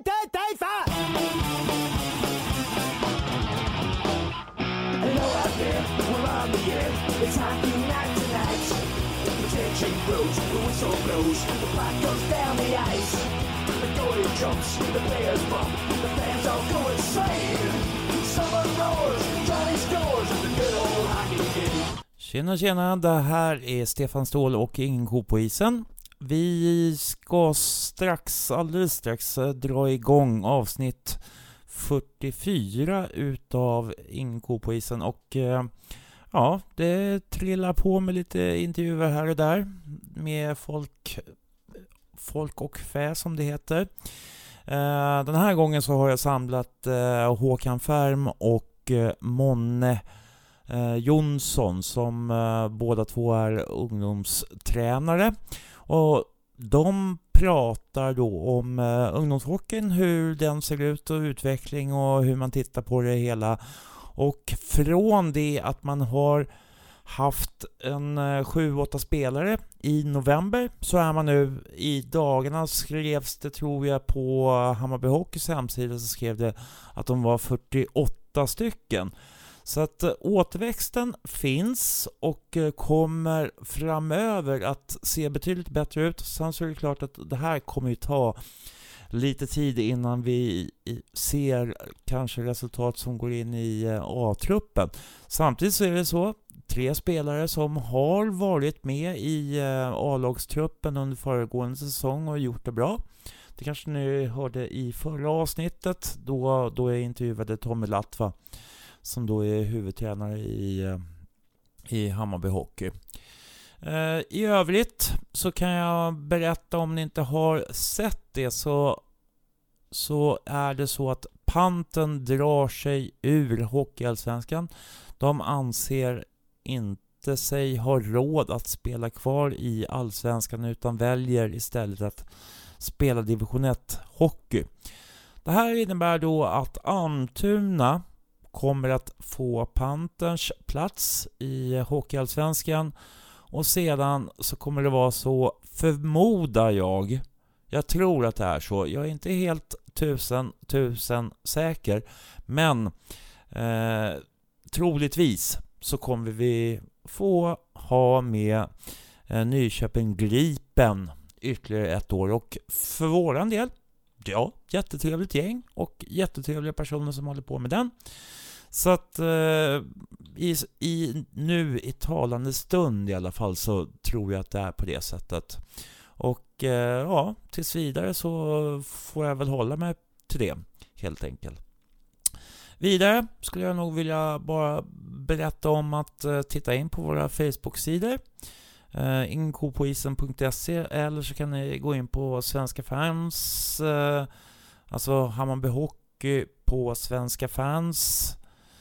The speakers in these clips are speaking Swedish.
Hello out there, we're on the air. It's hockey night tonight. The tension grows, the whistle blows, the puck goes down the ice. The goalie jumps, the players bump, the fans all go insane. Someone roars, Johnny scores, the good old hockey game. Tjena, det här är Stefan Ståhl och Ingen ko på isen. Vi ska alldeles strax dra igång avsnitt 44 utav Ingen ko på isen och ja, det trillar på med lite intervjuer här och där med folk och fä som det heter. Den här gången så har jag samlat Håkan Färm och Monne Jonsson som båda två är ungdomstränare, och de pratar då om ungdomshockeyn, hur den ser ut och utveckling och hur man tittar på det hela. Och från det att man har haft en 7-8 spelare i november så är man nu i dagarna, skrevs det tror jag på Hammarby Hockeys hemsida, så skrev det att de var 48 stycken. Så att återväxten finns och kommer framöver att se betydligt bättre ut. Sen så är det klart att det här kommer ju ta lite tid innan vi ser kanske resultat som går in i A-truppen. Samtidigt så är det så, 3 spelare som har varit med i A-lagstruppen under föregående säsong och gjort det bra. Det kanske ni hörde i förra avsnittet, då jag intervjuade Tommy Latva som då är huvudtränare i Hammarby Hockey. I övrigt så kan jag berätta, om ni inte har sett det, så är det så att Panten drar sig ur Hockeyallsvenskan. De anser inte sig ha råd att spela kvar i Allsvenskan utan väljer istället att spela division 1 hockey. Det här innebär då att Almtuna kommer att få Panterns plats i Hockeyallsvenskan, och sedan så kommer det vara så, förmodar jag tror att det är så, jag är inte helt tusen säker, men troligtvis så kommer vi få ha med Nyköping Gripen ytterligare ett år, och för våran del, ja, jättetrevligt gäng och jättetrevliga personer som håller på med den. Så att i talande stund i alla fall så tror jag att det är på det sättet. Och ja, tills vidare så får jag väl hålla mig till det helt enkelt. Vidare skulle jag nog vilja bara berätta om att titta in på våra Facebook-sidor. ingenkopoisen.se, eller så kan ni gå in på Svenska Fans, alltså Hammarby Hockey på Svenska Fans,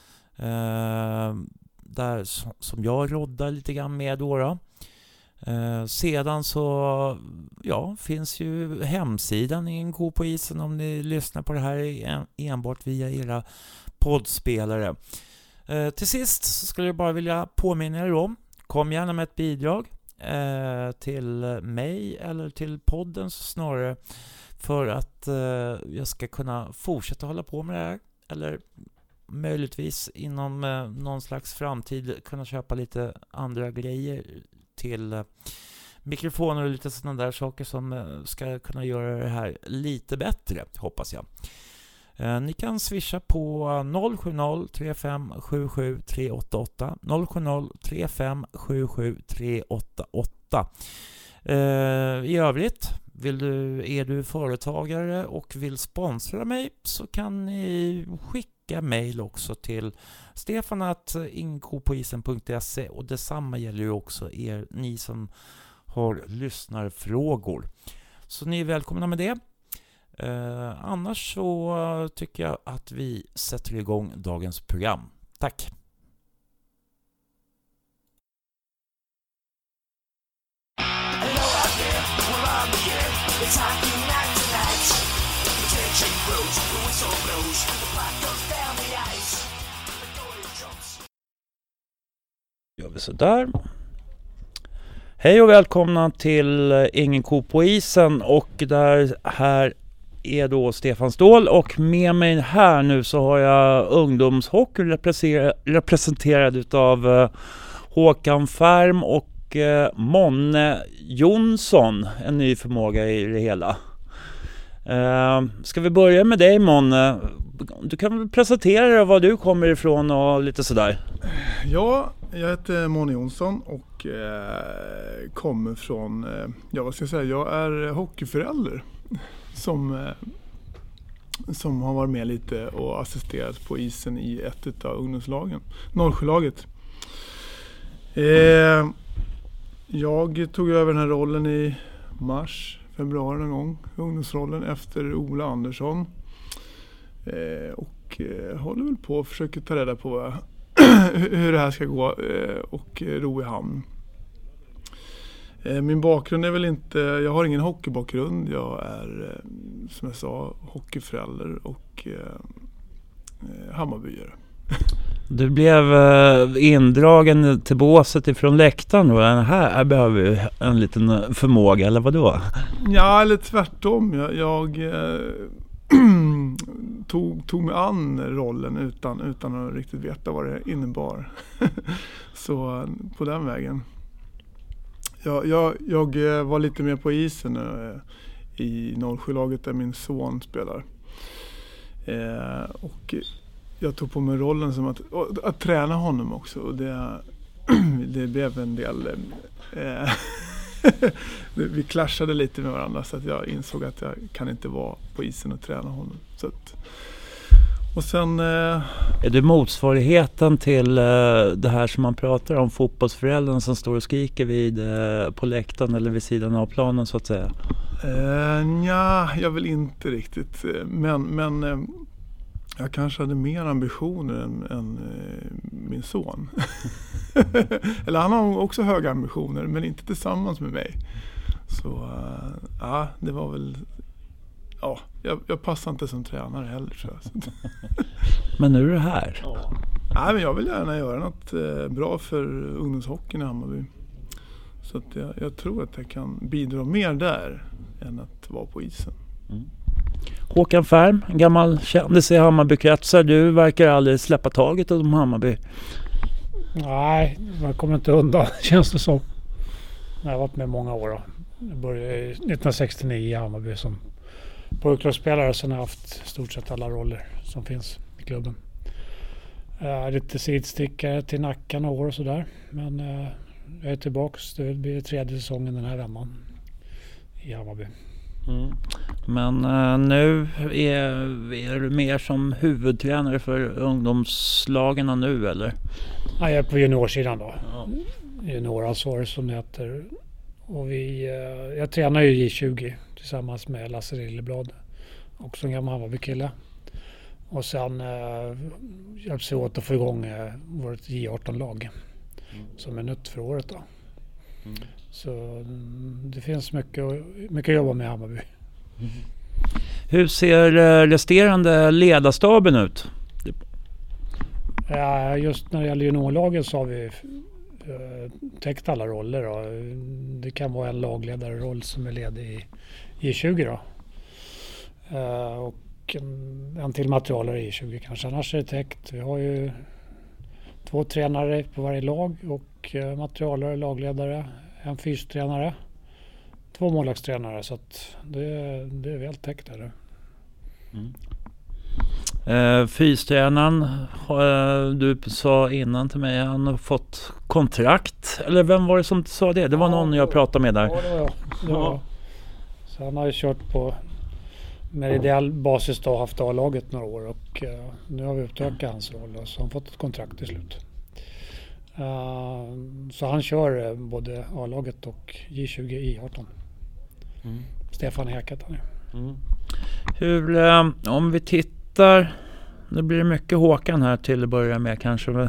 där som jag roddar lite grann med då. Sedan så finns ju hemsidan Ingen ko på isen om ni lyssnar på det här enbart via era poddspelare. Till sist så skulle jag bara vilja påminna er om, kom gärna med ett bidrag till mig eller till podden snarare, för att jag ska kunna fortsätta hålla på med det här, eller möjligtvis inom någon slags framtid kunna köpa lite andra grejer till mikrofoner och lite sådana där saker som ska kunna göra det här lite bättre, hoppas jag. Ni kan swisha på 070 3577 388 070 3577 388. I övrigt, är du företagare och vill sponsra mig, så kan ni skicka mejl också till stefan@ingenkopoisen.se, och detsamma gäller ju också ni som har lyssnarfrågor. Så ni är välkomna med det. Annars så tycker jag att vi sätter igång dagens program. Tack! Gör vi så där. Hej och välkomna till Ingen ko på isen, och där här är då Stefan Ståhl och med mig här nu så har jag ungdomshockey representerad utav Håkan Färm och Monne Jonsson, en ny förmåga i det hela. Ska vi börja med dig, Monne? Du kan väl presentera dig var du kommer ifrån och lite sådär. Ja, jag heter Monne Jonsson och kommer från, jag är hockeyförälder som har varit med lite och assisterat på isen i ett av ungdomslagen, Norrsjölaget. Jag tog över den här rollen i februari någon gång, ungdomsrollen efter Ola Andersson. Och håller väl på och försöker ta reda på hur det här ska gå och ro i hamn. Min bakgrund är väl inte, jag har ingen hockeybakgrund, jag är som jag sa hockeyförälder och Hammarbyare. Du blev indragen till båset ifrån läktaren då. Här behöver vi en liten förmåga, eller vadå? Ja, eller tvärtom. Jag tog mig an rollen utan att riktigt veta vad det innebar. Så på den vägen. Jag var lite mer på isen i Norrsjölaget där min son spelar. Och jag tog på mig rollen som att träna honom också. Och det blev en del... vi clashade lite med varandra så att jag insåg att jag kan inte vara på isen och träna honom. Så att, och sen... Är det motsvarigheten till det här som man pratar om, fotbollsföräldern som står och skriker på läktaren eller vid sidan av planen så att säga? Ja, jag vill inte riktigt. Men jag kanske hade mer ambitioner än min son. Eller han har också höga ambitioner, men inte tillsammans med mig. Så ja, det var väl... Ja, jag passar inte som tränare heller, tror jag. Men nu är du här. Ja. Nej, men jag vill gärna göra något bra för ungdomshockeyn i Hammarby. Så att jag tror att jag kan bidra mer där än att vara på isen. Mm. Håkan Färm, en gammal kändis i Hammarbykretsar. Du verkar aldrig släppa taget om Hammarby. Nej, man kommer inte undan, känns det som. Jag har varit med många år. Då. Jag började 1969 i Hammarby som pojkklubbsspelare. Sen har jag haft stort sett alla roller som finns i klubben. Lite sidstickare till Nacka några år och sådär. Men jag är tillbaka. Det blir tredje säsongen den här vändan i Hammarby. Mm. Men nu är du mer som huvudtränare för ungdomslagen nu, eller? Ja, jag är på juniorsidan då. Ja. Junioransvarig som det heter. Och jag tränar ju J20 tillsammans med Lasse Lilleblad. Också en gammal Hammarby-kille. Och sen hjälps vi åt att få igång vårt J18-lag. Som är nytt för året då. Mm. Så det finns mycket att jobba med i Hammarby. Mm. Hur ser resterande ledarstaben ut? Ja, just när det gäller juniorlagen så har vi täckt alla roller. Då. Det kan vara en lagledarroll som är ledig i J20 då. Och en till materialare i J20 kanske. Annars är det täckt. Vi har ju 2 tränare på varje lag och materialare, lagledare, en fystränare, 2 målvaktstränare, så att det är väl täckt där. Fystränaren, du sa innan till mig, han har fått kontrakt, eller vem var det som sa det? Det var någon jag pratade med där. Ja, det var jag. Så han har ju kört på med ideell basis då, haft A-laget några år och nu har vi utökat hans roll och så har han fått ett kontrakt till slut. Så han kör både A-laget och J20 I18. Stefan Häket han är. Hur, om vi tittar, nu blir det mycket Håkan här till att börja med kanske.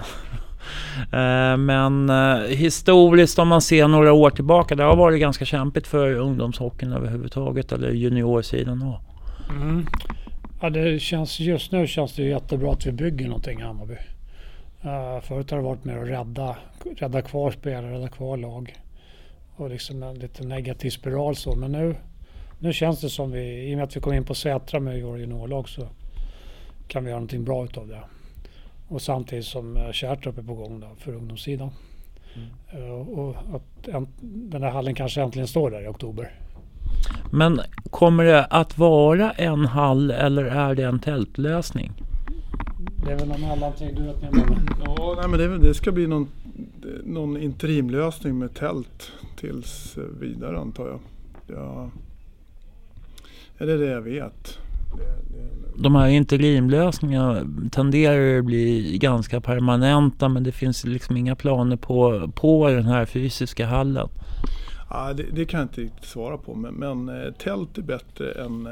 Men historiskt om man ser några år tillbaka, det har varit ganska kämpigt för ungdomshockeyn överhuvudtaget, eller juniorsidan då. Ja, just nu känns det ju jättebra att vi bygger någonting i Hammarby. Förut har det varit med att rädda kvar spelare, rädda kvar lag och liksom en lite negativ spiral så, men nu nu känns det som i och med att vi kom in på Sätra med vår juniorlag så kan vi göra någonting bra utav det. Och samtidigt som Kärrtorp är på gång då, för ungdomssidan. Och att den där hallen kanske äntligen står där i oktober. Men kommer det att vara en hall eller är det en tältlösning? Det är väl någon mellanting, du vet med. Ja, nej, men det ska bli någon interimlösning med tält tills vidare, antar jag. Ja, är det jag vet. De här interimlösningarna tenderar att bli ganska permanenta, men det finns liksom inga planer på den här fysiska hallen. Ja, det kan jag inte riktigt svara på, men tält är bättre än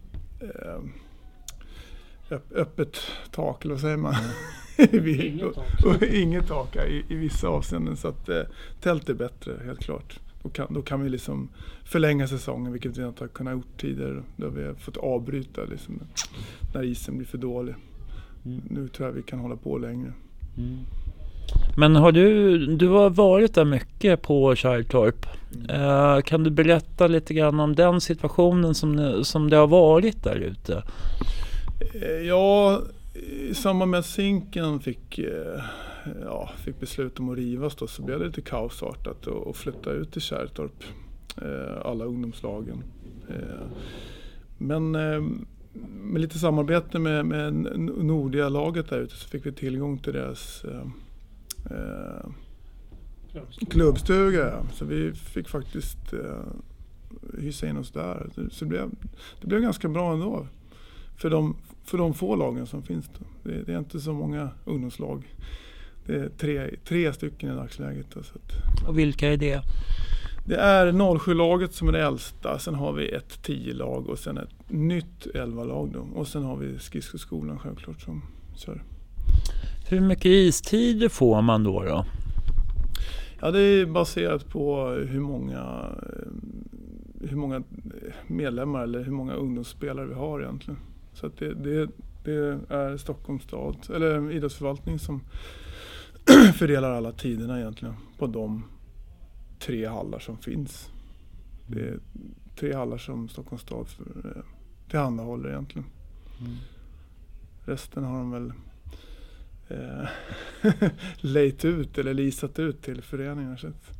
öppet tak, eller vad säger man? Inget tak i vissa avseenden, så att tält är bättre, helt klart. Då kan vi liksom förlänga säsongen, vilket vi inte har kunnat gjort tidigare. Då vi har fått avbryta liksom, när isen blir för dålig. Nu tror jag vi kan hålla på längre. Men du har varit där mycket på Kärrtorp. Kan du berätta lite grann om den situationen som det har varit där ute? Ja, i samband med att Zinken fick beslut om att rivas då, så blev det lite kaosartat och flytta ut till Kärrtorp, alla ungdomslagen. Men med lite samarbete med Nordia-laget där ute så fick vi tillgång till deras klubbstuga. Så vi fick faktiskt hysa in oss där. Så det blev ganska bra ändå för de få lagen som finns då. Det är inte så många ungdomslag. Det är tre stycken i dagsläget då, så att. Och vilka är det? Det är 07-laget som är det äldsta. Sen har vi ett 10-lag och sen ett nytt 11-lag då. Och sen har vi skridskoskolan självklart som kör. Hur mycket istider får man då? Ja, det är baserat på hur många medlemmar eller hur många ungdomsspelare vi har egentligen. Så att det är Stockholms stad eller idrottsförvaltning som fördelar alla tiderna egentligen på de 3 hallar som finns. Det är 3 hallar som Stockholms stad tillhandahåller egentligen. Resten har de väl lejt ut eller leasat ut till föreningar. Så att.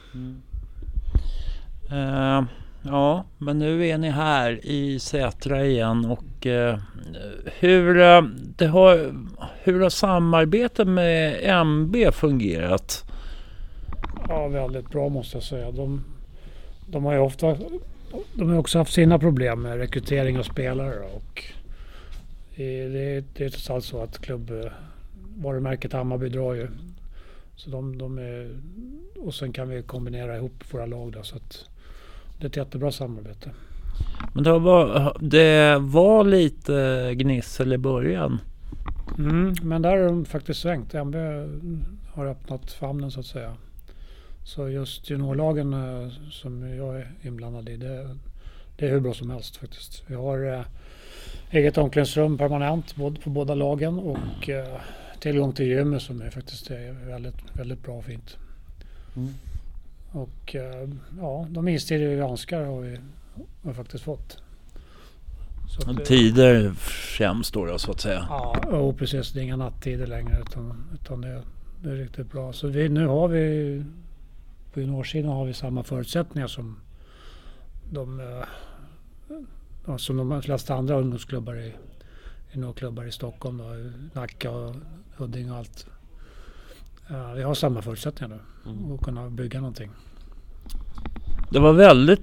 Ja, men nu är ni här i Sätra igen och hur har samarbetet med MB fungerat? Ja, väldigt bra måste jag säga. De har också haft sina problem med rekrytering av spelare och det är trots allt så att varumärket Hammarby drar ju. Så de är, och sen kan vi kombinera ihop våra lag där, så att det är ett jättebra samarbete. Men det var lite gnissel i början. Men där har de faktiskt svängt. MB har öppnat famnen så att säga. Så just juniorlagen som jag är inblandad i, det är hur bra som helst faktiskt. Vi har eget omklädningsrum permanent på båda lagen och tillgång till gym som är faktiskt väldigt, väldigt bra och fint. Och de istider vi önskar har vi faktiskt fått. Så tider främst då så att säga. Ja, precis. Det är inga nattider längre utan det är riktigt bra. Så nu har vi på juniorsidan har vi samma förutsättningar som de flesta andra ungdomsklubbar i några klubbar i Stockholm då, Nacka och Huddinge och allt. Vi har samma förutsättningar nu att kunna bygga någonting. Det var väldigt,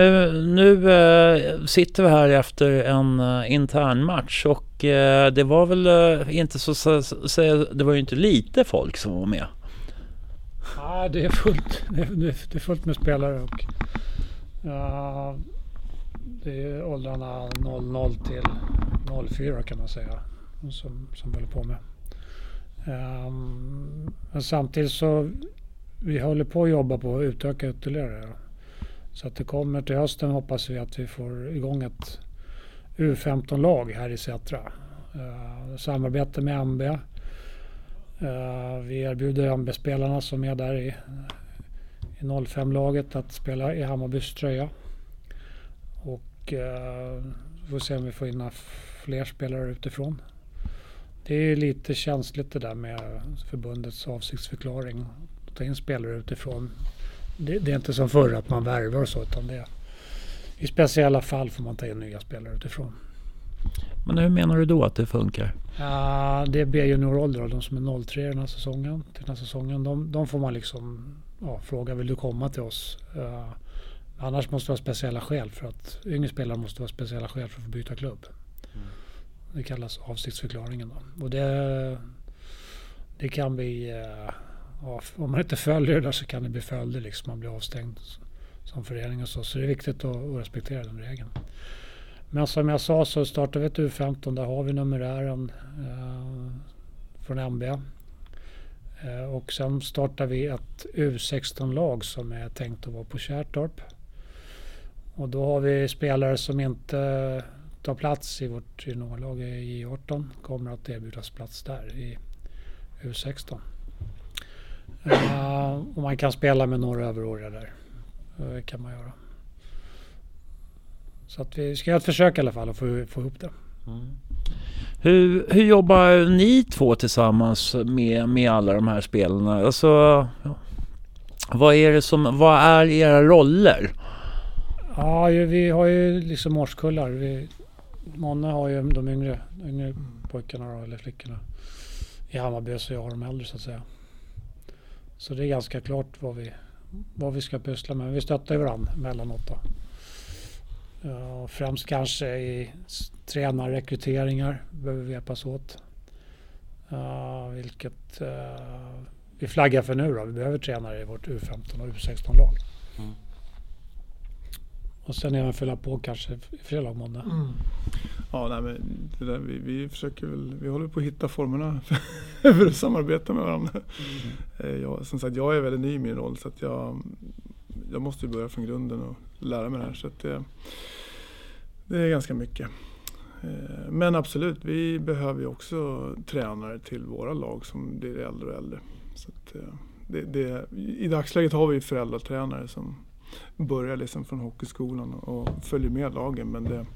nu sitter vi här efter en intern match och det var väl inte det var ju inte lite folk som var med. Nej, det är fullt. Det är fullt med spelare och det är åldrarna 00 till 04 kan man säga som håller på med. Men samtidigt så vi håller på att jobba på att utöka ytterligare. Så att det kommer till hösten hoppas vi att vi får igång ett U15-lag här i Sätra. Samarbete med MB. Vi erbjuder MB-spelarna som är där i 05-laget att spela i Hammarbys tröja. Och och får se om vi får in fler spelare utifrån. Det är lite känsligt det där med förbundets avsiktsförklaring. Ta in spelare utifrån. Det är inte som förr att man värvar och så, utan det är, i speciella fall får man ta in nya spelare utifrån. Men hur menar du då att det funkar? Det är B-juniorålder, de som är 03 den här säsongen. De får man liksom fråga, vill du komma till oss? Annars måste det vara speciella skäl, för att yngre spelare måste vara speciella skäl för att få byta klubb. Det kallas avsiktsförklaringen då. Och det kan bli, om man inte följer det där så kan det bli följder liksom, man blir avstängd som förening och så. Så det är viktigt att respektera den regeln. Men som jag sa så startar vi ett U15, där har vi numerären från MB. Och sen startar vi ett U16-lag som är tänkt att vara på Kärrtorp. Och då har vi spelare som inte tar plats i vårt juniorlag i J18, kommer att erbjudas plats där i U16. Och man kan spela med några överåriga där. Det kan man göra. Så att vi ska göra ett försök i alla fall att få ihop det. Hur jobbar ni två tillsammans med alla de här spelarna? Alltså, vad är era roller? Ja, vi har ju liksom årskullar. Många har ju de yngre pojkarna då, eller flickorna i Hammarby, så jag har de äldre så att säga. Så det är ganska klart vad vi ska pyssla med. Vi stöttar ju varandra emellanåt då. Främst kanske i tränarrekryteringar behöver vi hjälpas åt. Vilket vi flaggar för nu då. Vi behöver tränare i vårt U15 och U16-lag. Och sen även fylla på kanske i fler lagmånader. Ja, nej, men det där, vi försöker väl, vi håller på att hitta formerna för att samarbeta med varandra. Som sagt, jag är väldigt ny i min roll, så att jag måste börja från grunden och lära mig det här. Så att det är ganska mycket. Men absolut, vi behöver ju också tränare till våra lag som blir äldre och äldre. Så att i dagsläget har vi föräldratränare som börjar liksom från hockeyskolan och följer med lagen, men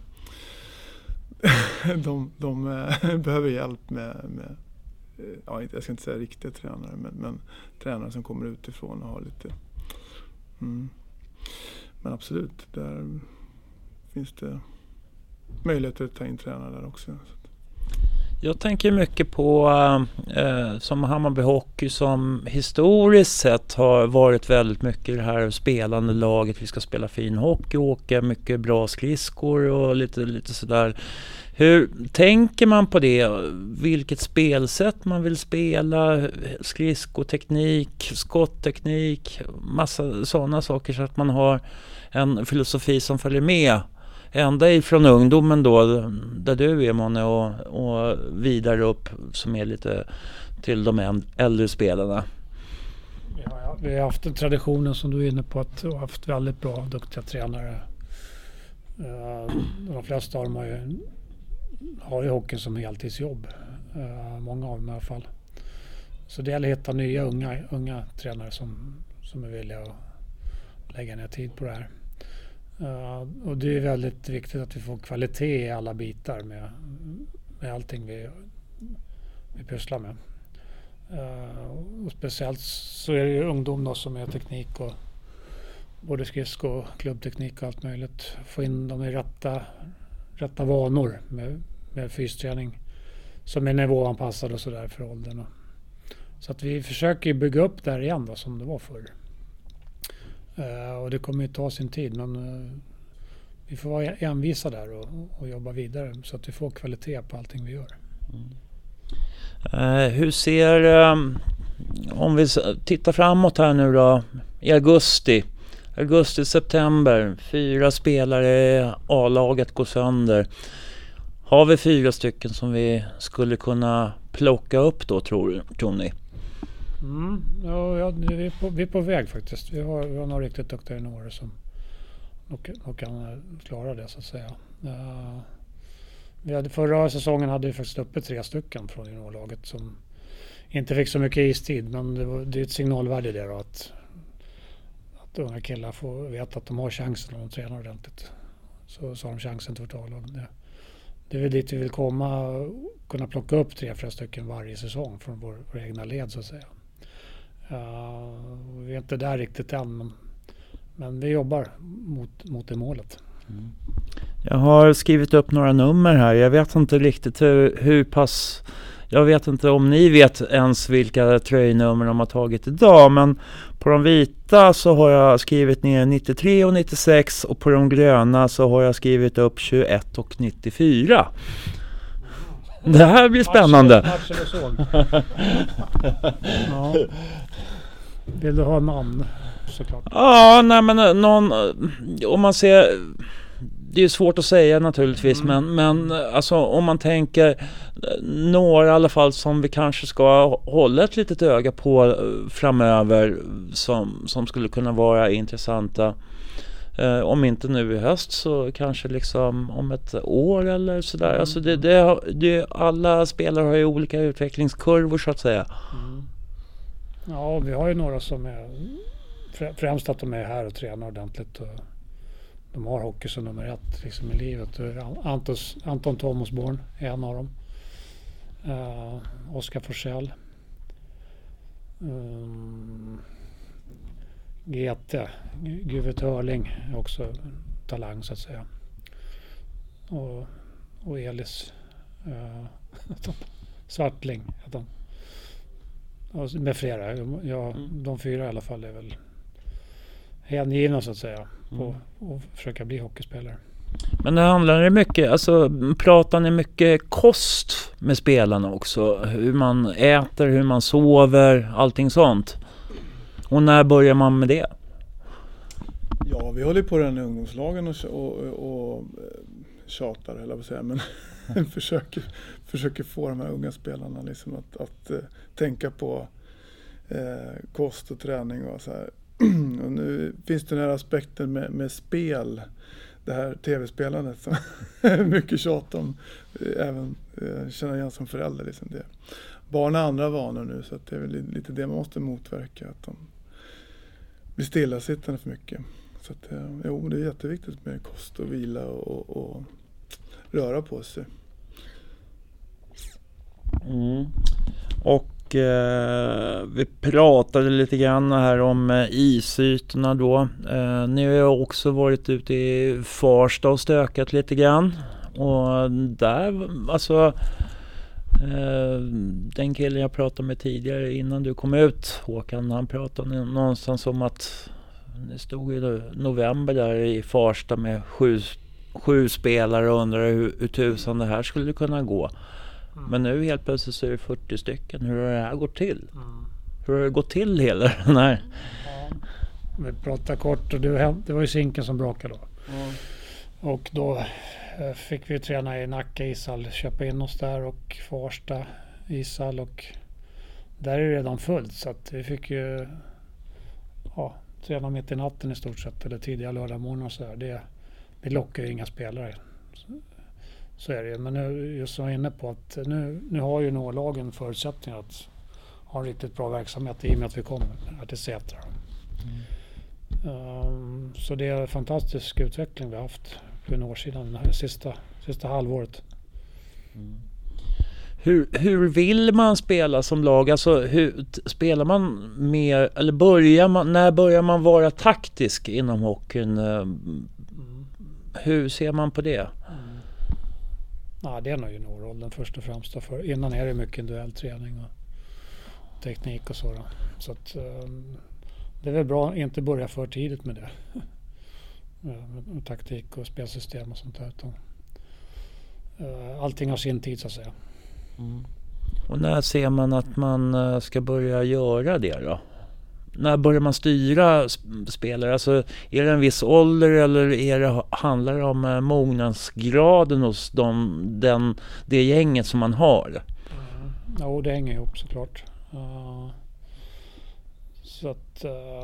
de behöver hjälp med jag ska inte säga riktiga tränare, men tränare som kommer utifrån och har lite men absolut, där finns det möjligheter att ta in tränare där också. Jag tänker mycket på som Hammarby Hockey, som historiskt sett har varit väldigt mycket det här spelande laget. Vi ska spela fin hockey, åka mycket bra skridskor och lite sådär. Hur tänker man på det? Vilket spelsätt man vill spela? Skridskoteknik, skottteknik, massa sådana saker, så att man har en filosofi som följer med ända ifrån ungdomen då, där du är, Måne, och vidare upp, som är lite till de äldre spelarna. Ja, vi har haft en traditionen som du är inne på, att vi har haft väldigt bra, duktiga tränare. De flesta av dem har ju hockeyn som heltidsjobb. Många av dem i alla fall. Så det gäller att hitta nya unga tränare som är villiga att lägga ner tid på det här. Och det är väldigt viktigt att vi får kvalitet i alla bitar med allting vi pysslar med. Och speciellt så är det ju ungdom då som är teknik, och både skridsko, klubbteknik och allt möjligt. Få in dem i rätta vanor med fysträning som är nivåanpassad och sådär för åldern. Så att vi försöker bygga upp det här igen då, som det var förr. Och det kommer ju ta sin tid, men vi får vara envisa där och jobba vidare så att vi får kvalitet på allting vi gör. Hur ser, om vi tittar framåt här nu då, i augusti, september, 4 spelare i A-laget går sönder. Har vi 4 stycken som vi skulle kunna plocka upp då, tror ni? Ja, vi är på väg faktiskt. Vi har några riktigt duktiga juniorer som kan klara det så att säga. Förra säsongen hade vi faktiskt uppe 3 stycken från juniorlaget som inte fick så mycket istid, men det är ett signalvärde i det då, att unga killar får veta att de har chansen om de tränar ordentligt. så har de chansen till vårt A-lag. Det är väl dit vi vill komma, kunna plocka upp 3-4 stycken varje säsong från vår egna led så att säga. Vi är inte där riktigt än, men vi jobbar mot det målet. Jag har skrivit upp några nummer här. Jag vet inte riktigt hur pass... Jag vet inte om ni vet ens vilka tröjnummer de har tagit idag, men på de vita så har jag skrivit ner 93 och 96 och på de gröna så har jag skrivit upp 21 och 94. Det här blir spännande. Matchen och såg. Ja. Vill du ha namn såklart? Ja, nej men någon, om man ser... Det är svårt att säga naturligtvis, men alltså, om man tänker några i alla fall som vi kanske ska hålla ett litet öga på framöver som skulle kunna vara intressanta. Om inte nu i höst så kanske liksom om ett år eller sådär. Alltså alla spelare har ju olika utvecklingskurvor så att säga. Ja, vi har ju några som är främst att de är här och tränar ordentligt och de har hockey som nummer 1 liksom i livet. Anton Thomasborn är en av dem. Oskar Forsell. GT. Guvet Hörling är också talang så att säga. Och Elis Svartling heter han. Och med flera. De 4 i alla fall är väl hängivna så att säga på att försöka bli hockeyspelare. Men det handlar mycket, alltså pratar ni mycket kost med spelarna också? Hur man äter, hur man sover, allting sånt. Och när börjar man med det? Ja, vi håller på den i ungdomslagen och tjatar eller vad säger, men försöker få de här unga spelarna liksom att tänka på kost och träning och så här. Och nu finns det den här aspekten med spel, det här tv-spelandet som mycket tjat om, även känner igen som förälder liksom det. Barn har andra vanor nu så att det är väl lite det man måste motverka, att de blir stillasittande för mycket. Så att det är jätteviktigt med kost och vila och röra på sig. Och vi pratade lite grann här om isytorna då. Ni har också varit ute i Farsta och stökat lite grann. Och där, alltså den killen jag pratade med tidigare innan du kom ut, Håkan, han pratade någonstans om att det stod i november där i Farsta med sju spelare och undrar hur tusan det här skulle kunna gå. Men nu helt plötsligt så är det 40 stycken. Hur har det här gått till? Hur har det gått till hela den här? Ja, vi pratar kort och det var ju Zinken som brakade då. Och då fick vi träna i Nacka ishall, köpa in oss där, och Farsta ishall, och där är det redan fullt så att vi fick ju träna mitt i natten i stort sett, eller tidiga lördagmorgon och så där. Det lockar ju inga spelare. Så är det. Men nu, just som jag är inne på, att nu har ju lagen förutsättningar att ha en riktigt bra verksamhet i och med att vi kommer här till Sätra. Så det är en fantastisk utveckling vi har haft på en årssidan det här sista halvåret. Hur vill man spela som lag? Alltså, hur spelar man mer, eller när börjar man vara taktisk inom hockeyn? Hur ser man på det? Ja, det är nog juniorrollen först och främst. Innan är det mycket individuell träning och teknik och så. Så att, det är väl bra att inte börja för tidigt med det. Med taktik och spelsystem och sånt där. Allting har sin tid så att säga. Och när ser man att man ska börja göra det då? När börjar man styra spelare? Alltså, är det en viss ålder eller handlar det om mognadsgraden hos det gänget som man har? Ja, det hänger ihop såklart. Så att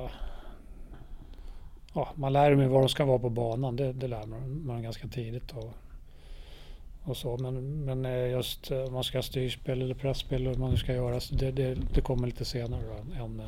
man lär mig vad de ska vara på banan. Det lär man ganska tidigt och så. Men just man ska styrspel eller pressspel eller vad man ska göra, så det kommer lite senare då, än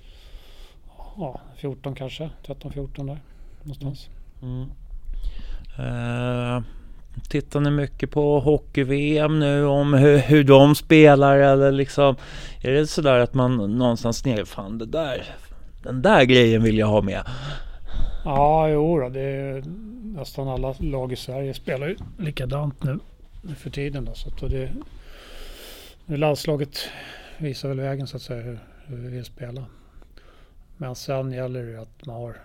14 kanske, 13-14 där någonstans. Tittar ni mycket på hockey-VM nu om hur de spelar, eller liksom är det sådär att man någonstans ner, fan den där grejen vill jag ha med? Ja, jo då, det är nästan alla lag i Sverige spelar ju likadant nu för tiden då, så att det landslaget visar väl vägen så att säga hur vi vill spela. Men sen gäller det att man har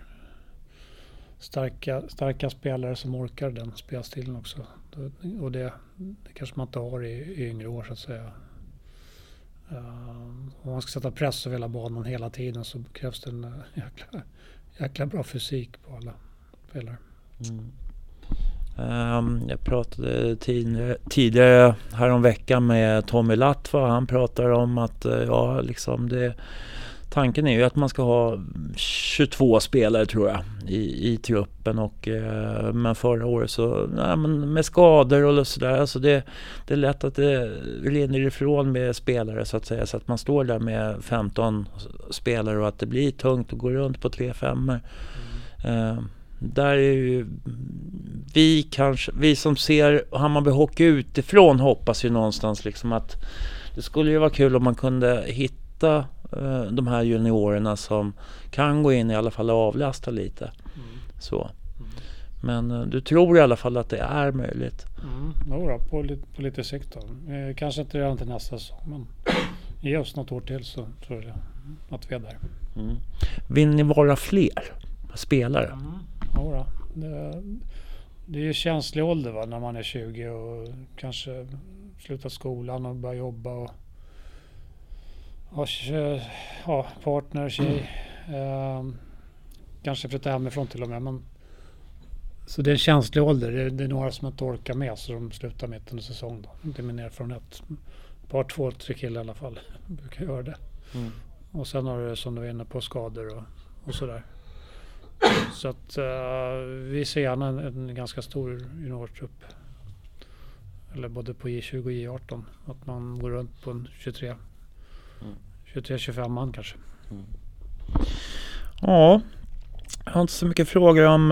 starka spelare som orkar den spelstilen också. Och det kanske man inte har i yngre år så att säga. Om man ska sätta press över hela banan hela tiden så krävs det en jäkla bra fysik på alla spelare. Jag pratade tidigare här om veckan med Tommy Latva. Han pratar om att tanken är ju att man ska ha 22 spelare tror jag i truppen, och men förra året så med skador och sådär, så det är lätt att det rinner ifrån med spelare så att säga, så att man står där med 15 spelare och att det blir tungt att gå runt på 3-5. Där är ju vi som ser Hammarby hockey utifrån hoppas ju någonstans liksom att det skulle ju vara kul om man kunde hitta de här juniorerna som kan gå in i alla fall och avlasta lite. Så. Men du tror i alla fall att det är möjligt? På lite sikt då. Kanske inte redan till nästa säsong, men ge oss något år till så tror jag att vi är där. Vill ni vara fler spelare? Det är ju känslig ålder va, när man är 20 och kanske slutar skolan och börjar jobba och partner, tjej. Kanske flytta hemifrån till och med. Men, så det är en känslig ålder. Det är några som inte orkar med så de slutar mitt under säsong då. Det är min erfarenhet. Par 2-3 killar i alla fall brukar göra det. Och sen har du som du är inne på skador och sådär. Så att vi ser gärna en ganska stor juniortrupp. Eller både på J20 och J18. Att man går runt på en 23-25 man kanske. Ja, jag har inte så mycket frågor om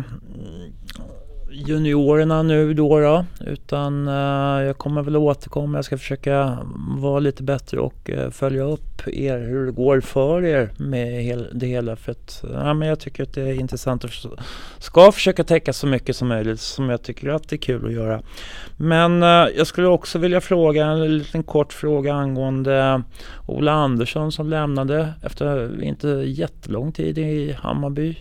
juniorerna nu då, utan jag kommer väl återkomma. Jag ska försöka vara lite bättre och följa upp er, hur det går för er med det hela, för att men jag tycker att det är intressant och ska försöka täcka så mycket som möjligt som jag tycker att det är kul att göra. Men jag skulle också vilja fråga en liten kort fråga angående Ola Andersson som lämnade efter inte jättelång tid i Hammarby.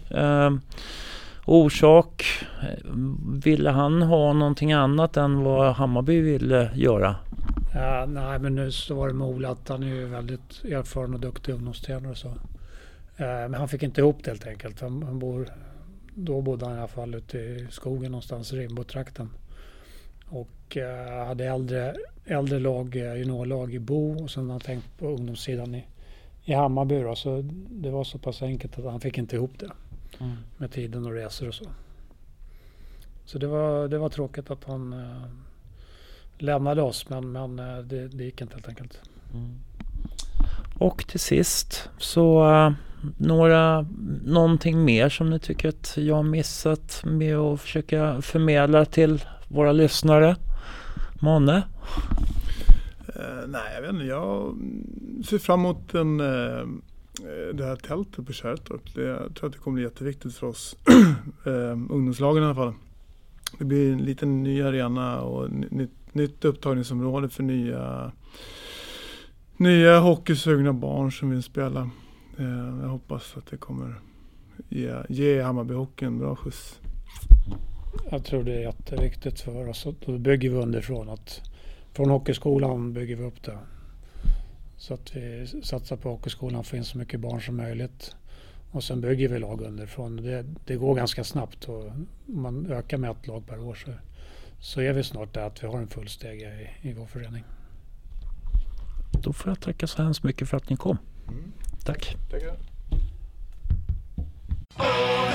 Orsak, ville han ha någonting annat än vad Hammarby ville göra? Nej, men nu så var det med Ola att han är ju väldigt erfaren och duktig ungdomstränare och så. Men han fick inte ihop det helt enkelt. Då bodde han i alla fall ute i skogen någonstans i Rimbo-trakten. Och hade äldre lag, juniorlag i Bo, och sen hade han tänkt på ungdomssidan i Hammarby då. Så det var så pass enkelt att han fick inte ihop det. Med tiden och resor och så. Så det var tråkigt att han lämnade oss, men det gick inte helt enkelt. Och till sist så någonting mer som ni tycker att jag har missat med att försöka förmedla till våra lyssnare? Måne? Nej, jag vet inte. Jag ser fram emot det här tältet på Kärrtorp. Jag tror att det kommer bli jätteviktigt för oss ungdomslagen i alla fall. Det blir en liten ny arena och nytt upptagningsområde för nya hockeysugna barn som vill spela. Jag hoppas att det kommer ge Hammarby hockey en bra skjuts. Jag tror det är jätteviktigt för oss. Då bygger vi underifrån. Från hockeyskolan bygger vi upp det. Så att vi satsar på hockeyskolan och får in så mycket barn som möjligt. Och sen bygger vi lag underifrån. Det går ganska snabbt, och om man ökar med ett lag per år så är vi snart där att vi har en full steg i vår förening. Då får jag tacka så hemskt mycket för att ni kom. Tack. Tackar.